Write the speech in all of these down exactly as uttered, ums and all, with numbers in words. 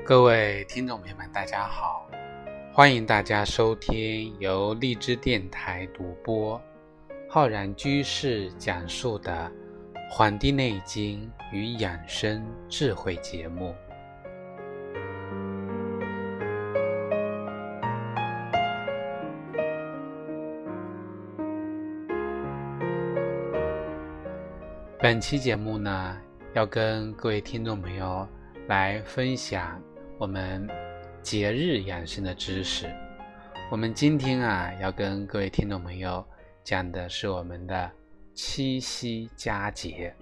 各位听众朋友们，大家好，欢迎大家收听由荔枝电台独播、浩然居士讲述的《黄帝内经与养生智慧》节目。本期节目呢，要跟各位听众朋友来分享我们节日养生的知识。我们今天啊，要跟各位听众朋友讲的是我们的七夕佳节。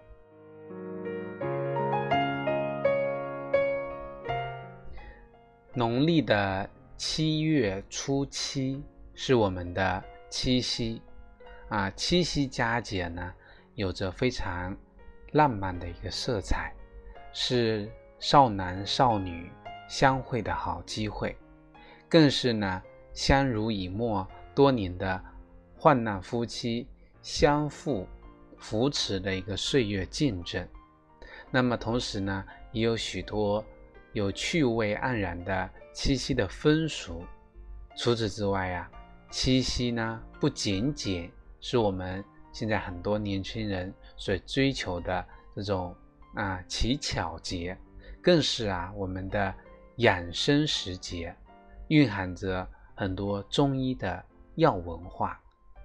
农历的七月初七是我们的七夕啊，七夕佳节呢，有着非常浪漫的一个色彩，是少男少女相会的好机会，更是呢相濡以沫多年的患难夫妻相互扶持的一个岁月见证。那么同时呢，也有许多有趣味盎然的七夕的风俗。除此之外啊，七夕呢不仅仅是我们现在很多年轻人所追求的这种啊乞巧节，更是啊我们的养生时节，蕴含着很多中医的药文化。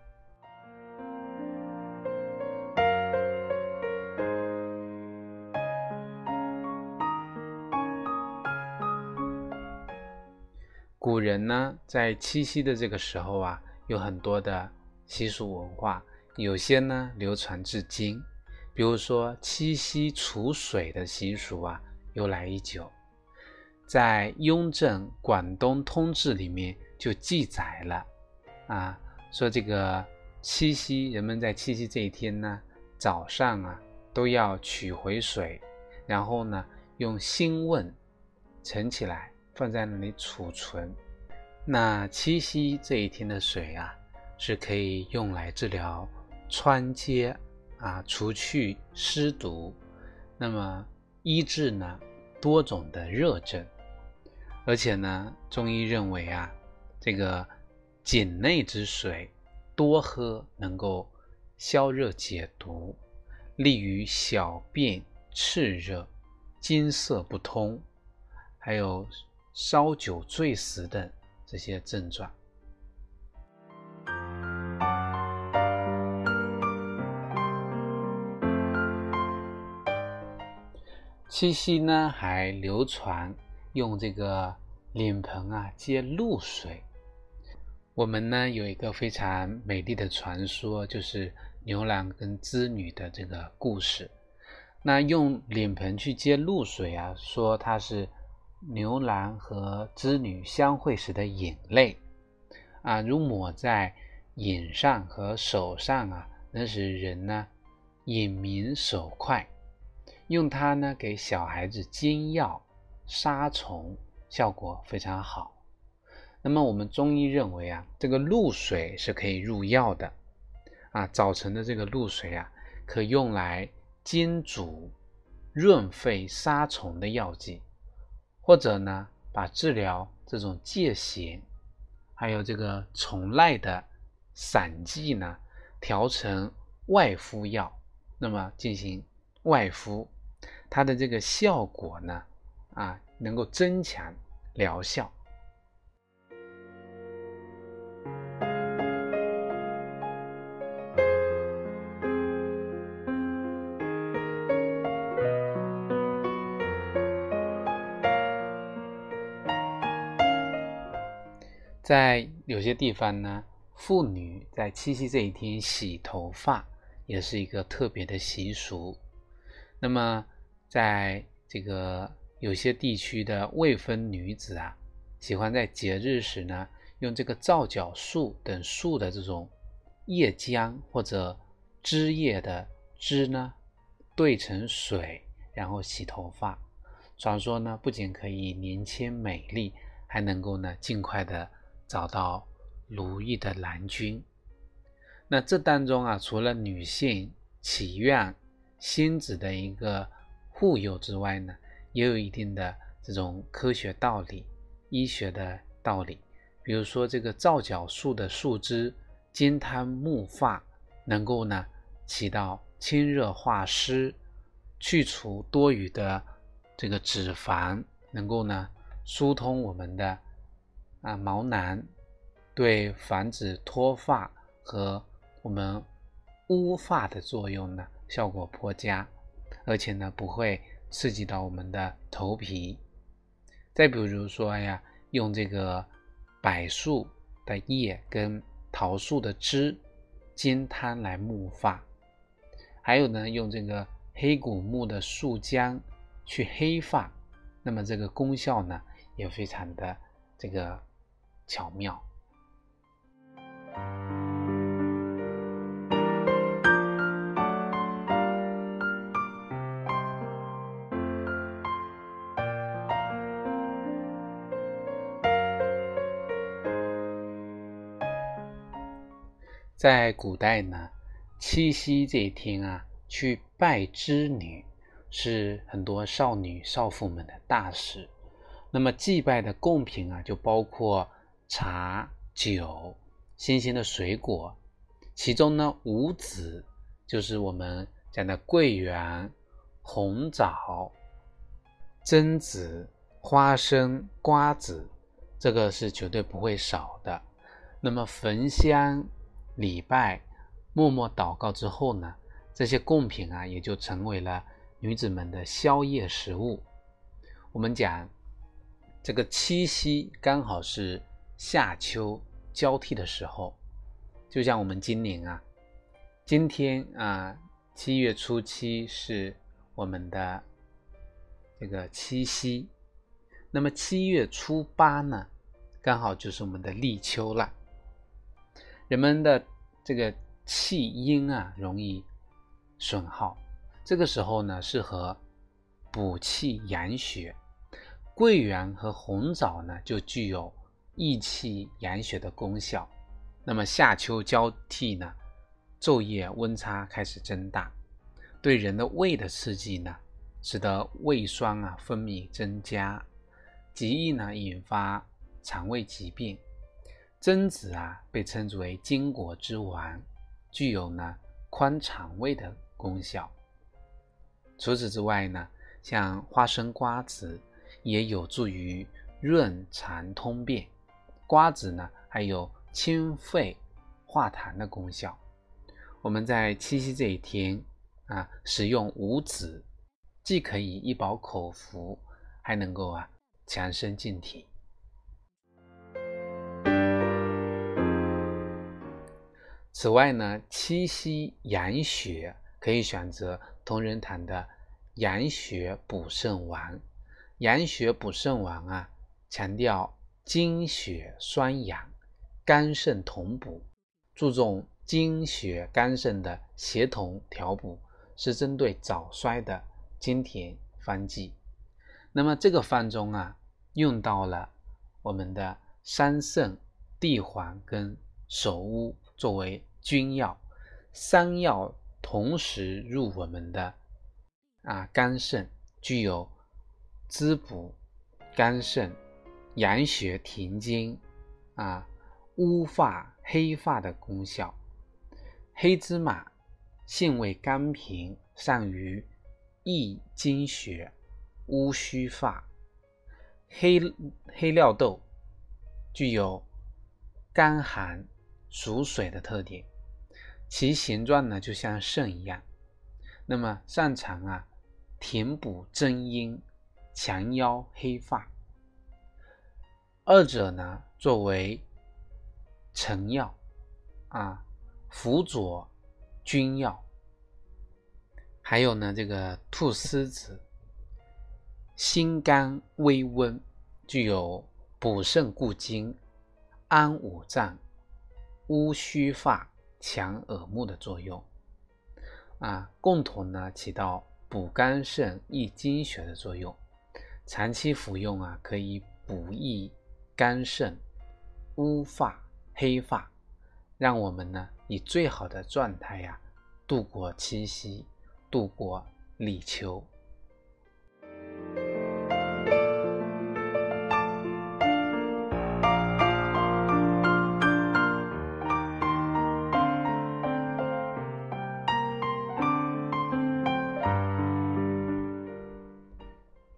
古人呢，在七夕的这个时候啊，有很多的习俗文化，有些呢流传至今。比如说七夕除水的习俗啊，由来已久。在雍正广东通志里面就记载了啊，说这个七夕，人们在七夕这一天呢，早上啊都要取回水，然后呢用新瓮盛起来，放在那里储存。那七夕这一天的水啊，是可以用来治疗疮疖啊，除去湿毒，那么医治呢多种的热症。而且呢，中医认为啊，这个井内之水多喝能够消热解毒，利于小便赤热、经涩不通，还有烧酒醉死等这些症状。七夕呢，还流传用这个脸盆啊接露水。我们呢有一个非常美丽的传说，就是牛郎跟织女的这个故事。那用脸盆去接露水啊，说它是牛郎和织女相会时的眼泪啊，如抹在眼上和手上啊，能使人呢眼明手快。用它呢给小孩子煎药杀虫，效果非常好。那么我们中医认为啊，这个露水是可以入药的啊，早晨的这个露水啊，可用来煎煮润肺杀虫的药剂，或者呢把治疗这种疥癣还有这个虫癩的散剂呢调成外敷药，那么进行外敷，它的这个效果呢啊能够增强疗效。在有些地方呢，妇女在七夕这一天洗头发也是一个特别的习俗。那么在这个有些地区的未婚女子啊，喜欢在节日时呢，用这个皂角树等树的这种叶浆或者枝叶的汁呢，兑成水，然后洗头发。传说呢，不仅可以年轻美丽，还能够呢尽快的找到如意的郎君。那这当中啊，除了女性祈愿仙子的一个护佑之外呢，也有一定的这种科学道理、医学的道理。比如说这个皂角树的树枝煎汤木发，能够呢起到清热化湿、去除多余的这个脂肪，能够呢疏通我们的啊毛囊，对防止脱发和我们乌发的作用呢效果颇佳，而且呢不会刺激到我们的头皮。再比如说呀，用这个柏树的叶跟桃树的枝煎汤来木发，还有呢用这个黑古木的树浆去黑发，那么这个功效呢也非常的这个巧妙。在古代呢，七夕这一天啊，去拜织女是很多少女少妇们的大事。那么祭拜的贡品啊，就包括茶、酒、新鲜的水果，其中呢，五子就是我们讲的桂圆、红枣、榛子、花生、瓜子，这个是绝对不会少的。那么焚香礼拜、默默祷告之后呢，这些贡品啊也就成为了女子们的宵夜食物。我们讲这个七夕刚好是夏秋交替的时候，就像我们今年啊，今天啊七月初七是我们的这个七夕，那么七月初八呢，刚好就是我们的立秋了。人们的这个气阴啊容易损耗，这个时候呢适合补气养血。桂圆和红枣呢就具有益气养血的功效。那么夏秋交替呢，昼夜温差开始增大，对人的胃的刺激呢，使得胃酸啊分泌增加，极易呢引发肠胃疾病。榛子啊被称之为坚果之王，具有呢宽肠胃的功效。除此之外呢，像花生、瓜子也有助于润肠通便，瓜子呢还有清肺化痰的功效。我们在七夕这一天啊，使用五子，既可以一饱口福，还能够啊强身健体。此外呢，七夕养血可以选择同仁堂的养血补肾丸。养血补肾丸啊，强调精血双养、肝肾同补，注重精血肝肾的协同调补，是针对早衰的经典方剂。那么这个方中啊，用到了我们的桑葚、地黄跟首乌作为君药，三药同时入我们的啊肝肾，具有滋补肝肾、养血停经啊乌发黑发的功效。黑芝麻性味甘平，善于益精血、乌须发。黑黑料豆具有干寒属水的特点，其形状呢就像肾一样，那么擅长啊填补真阴、强腰黑发。二者呢作为成药啊辅佐君药。还有呢这个菟丝子心肝微温，具有补肾固精、安五脏、乌须发、强耳目的作用啊，共同呢起到补肝肾、益精血的作用。长期服用啊，可以补益肝肾、乌发、黑发，让我们呢以最好的状态呀、啊、度过七夕，度过立秋。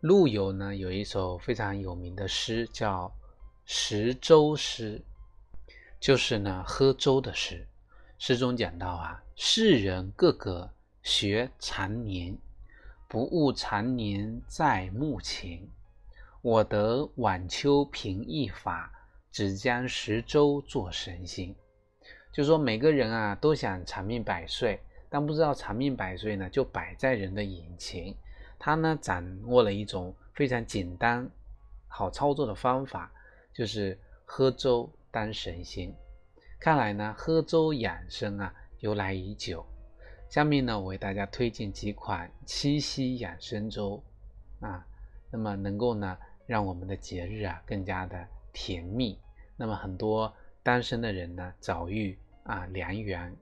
陆游呢有一首非常有名的诗叫食粥诗，就是呢喝粥的诗。诗中讲到啊，世人个个学常年，不悟常年在目前。我得晚秋平易法，只将食粥作神仙。就说每个人啊都想长命百岁，但不知道长命百岁呢就摆在人的眼前。他呢掌握了一种非常简单好操作的方法，就是喝粥当神仙。看来呢喝粥养生啊由来已久。下面呢我为大家推荐几款七夕养生粥啊，那么能够呢让我们的节日啊更加的甜蜜，那么很多单身的人呢早遇啊良缘。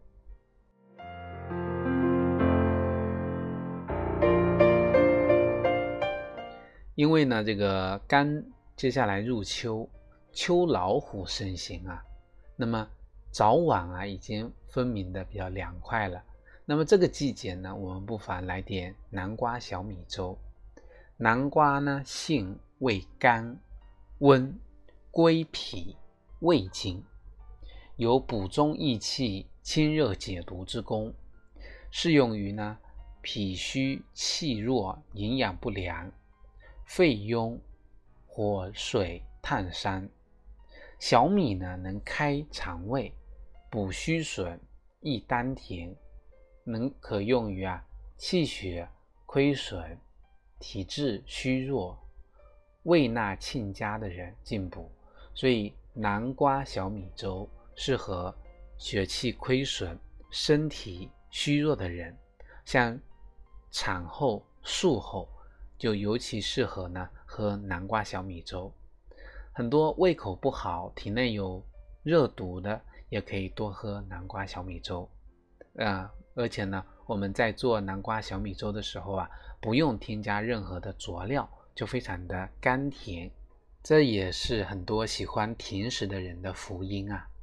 因为呢这个刚接下来入秋，秋老虎盛行啊，那么早晚啊已经分明的比较凉快了。那么这个季节呢，我们不妨来点南瓜小米粥。南瓜呢性味甘温，归脾胃经，有补中益气、清热解毒之功，适用于呢脾虚气弱、营养不良、肺痈、火水烫伤。小米呢能开肠胃，补虚损，益丹田，能可用于啊气血亏损、体质虚弱、胃纳欠佳的人进补。所以南瓜小米粥适合血气亏损、身体虚弱的人，像产后、术后就尤其适合呢喝南瓜小米粥。很多胃口不好、体内有热毒的，也可以多喝南瓜小米粥。呃，而且呢，我们在做南瓜小米粥的时候啊，不用添加任何的佐料，就非常的甘甜，这也是很多喜欢甜食的人的福音啊。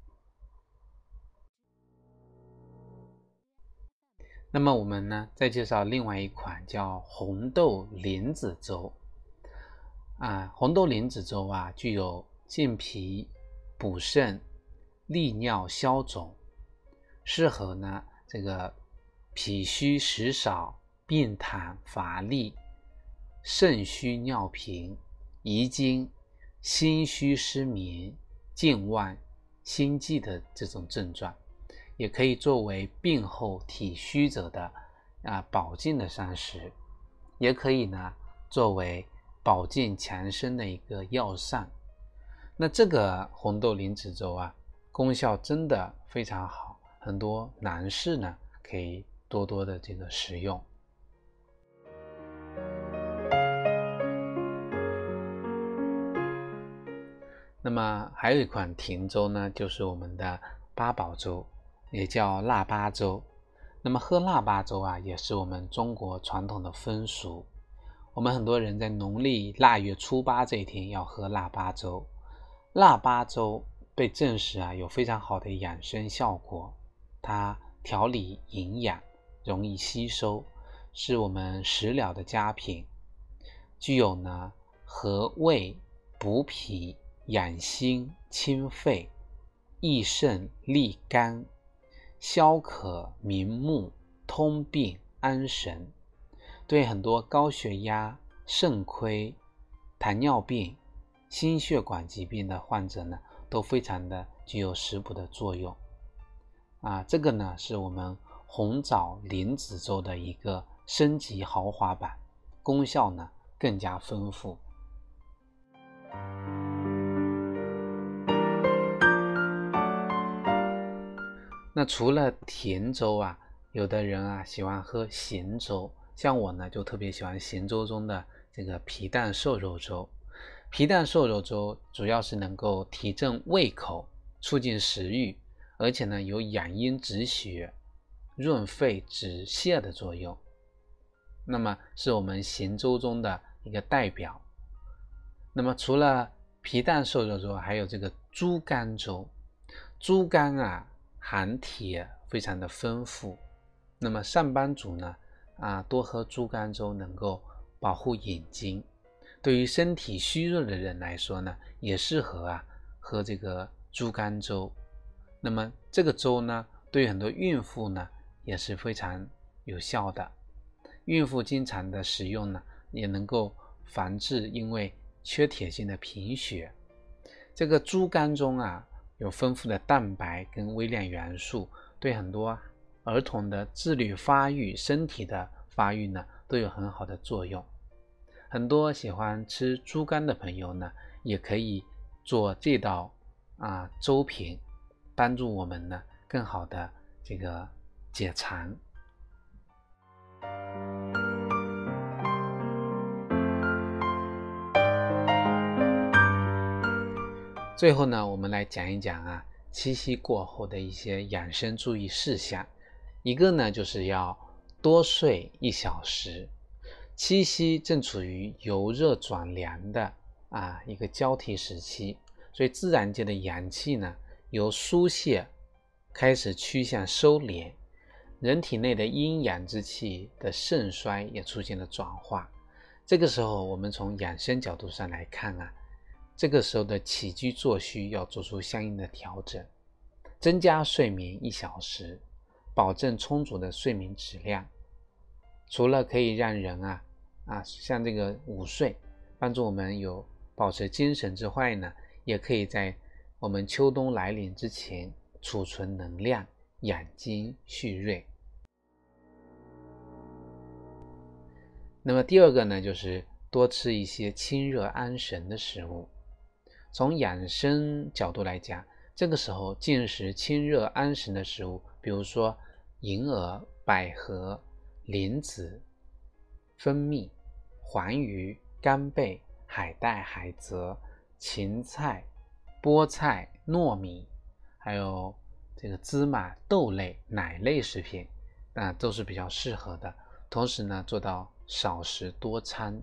那么我们呢，再介绍另外一款叫红豆莲子粥。啊，红豆莲子粥啊，具有健脾、补肾、利尿、消肿，适合呢这个脾虚食少、便溏乏力、肾虚尿频、遗精、心虚失眠、健忘、心悸的这种症状，也可以作为病后体虚者的啊保健的膳食，也可以呢作为保健强身的一个药膳。那这个红豆莲子粥啊，功效真的非常好，很多男士呢可以多多的这个食用。那么还有一款甜粥呢，就是我们的八宝粥，也叫腊八粥。那么喝腊八粥啊，也是我们中国传统的风俗。我们很多人在农历腊月初八这一天要喝腊八粥。腊八粥被证实啊有非常好的养生效果，它调理营养，容易吸收，是我们食疗的佳品，具有呢和胃、补脾、养心、清肺、益肾、利肝、消渴、明目、通病、安神，对很多高血压、肾亏、糖尿病、心血管疾病的患者呢，都非常的具有食补的作用。啊，这个呢是我们红枣莲子粥的一个升级豪华版，功效呢更加丰富。那除了甜粥啊，有的人啊喜欢喝咸粥，像我呢就特别喜欢咸粥中的这个皮蛋瘦肉粥。皮蛋瘦肉粥主要是能够提振胃口，促进食欲，而且呢有养阴止血、润肺止泻的作用，那么是我们咸粥中的一个代表。那么除了皮蛋瘦肉粥，还有这个猪肝粥。猪肝啊含铁非常的丰富，那么上班族呢啊多喝猪肝粥能够保护眼睛。对于身体虚弱的人来说呢，也适合啊喝这个猪肝粥。那么这个粥呢，对于很多孕妇呢也是非常有效的。孕妇经常的使用呢，也能够防治因为缺铁性的贫血。这个猪肝中啊有丰富的蛋白跟微量元素，对很多儿童的智力发育、身体的发育呢都有很好的作用。很多喜欢吃猪肝的朋友呢，也可以做这道啊粥品，帮助我们呢更好的这个解馋。最后呢，我们来讲一讲啊七夕过后的一些养生注意事项。一个呢，就是要多睡一小时。七夕正处于由热转凉的啊一个交替时期，所以自然界的阳气呢由疏泄开始趋向收敛，人体内的阴阳之气的盛衰也出现了转化。这个时候我们从养生角度上来看啊，这个时候的起居作息要做出相应的调整，增加睡眠一小时，保证充足的睡眠质量。除了可以让人啊啊像这个午睡帮助我们有保持精神之外呢，也可以在我们秋冬来临之前储存能量，养精蓄锐。那么第二个呢，就是多吃一些清热安神的食物。从养生角度来讲，这个时候进食清热安神的食物，比如说银耳、百合、莲子、蜂蜜、黄鱼、干贝、海带、海蜇、芹菜、菠菜、糯米，还有这个芝麻、豆类、奶类食品，那都是比较适合的。同时呢，做到少食多餐。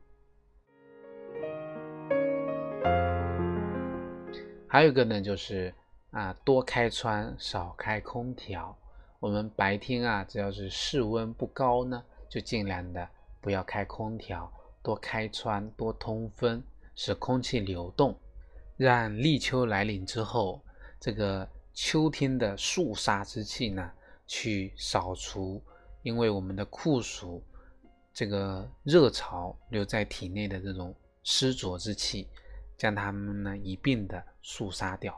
还有一个呢，就是啊，多开窗，少开空调。我们白天啊，只要是室温不高呢，就尽量的不要开空调，多开窗，多通风，使空气流动，让立秋来临之后，这个秋天的肃杀之气呢，去扫除因为我们的酷暑这个热潮留在体内的这种湿浊之气，将它们呢一并的肃杀掉。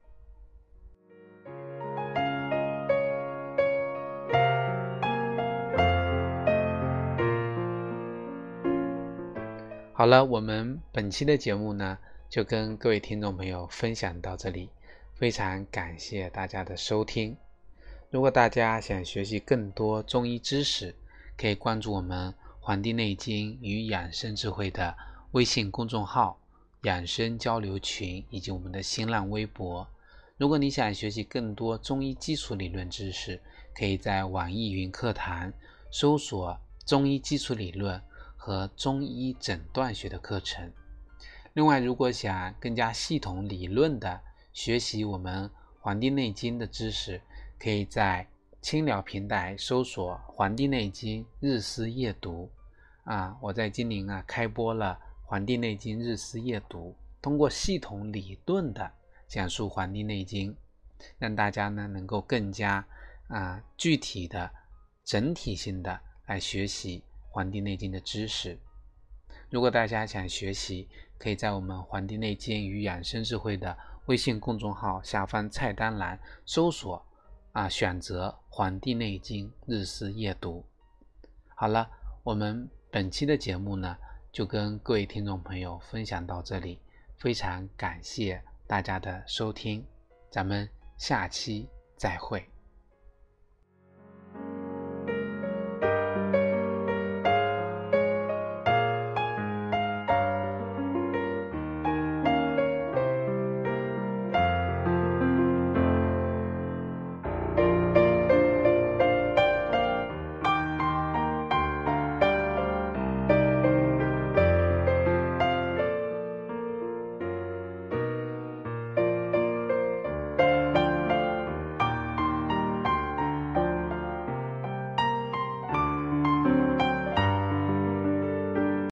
好了，我们本期的节目呢，就跟各位听众朋友分享到这里，非常感谢大家的收听。如果大家想学习更多中医知识，可以关注我们《黄帝内经与养生智慧》的微信公众号、养生交流群以及我们的新浪微博。如果你想学习更多中医基础理论知识，可以在网易云课堂搜索中医基础理论和中医诊断学的课程。另外，如果想更加系统理论的学习我们《黄帝内经》的知识，可以在清聊平台搜索《黄帝内经日思夜读》啊，我在今年啊开播了《黄帝内经日思夜读》，通过系统理论的讲述《黄帝内经》，让大家呢能够更加啊具体的、整体性的来学习《黄帝内经》的知识。如果大家想学习，可以在我们《黄帝内经与养生智慧》的微信公众号下方菜单栏搜索啊，选择《黄帝内经日思夜读》。好了，我们本期的节目呢，就跟各位听众朋友分享到这里，非常感谢大家的收听，咱们下期再会。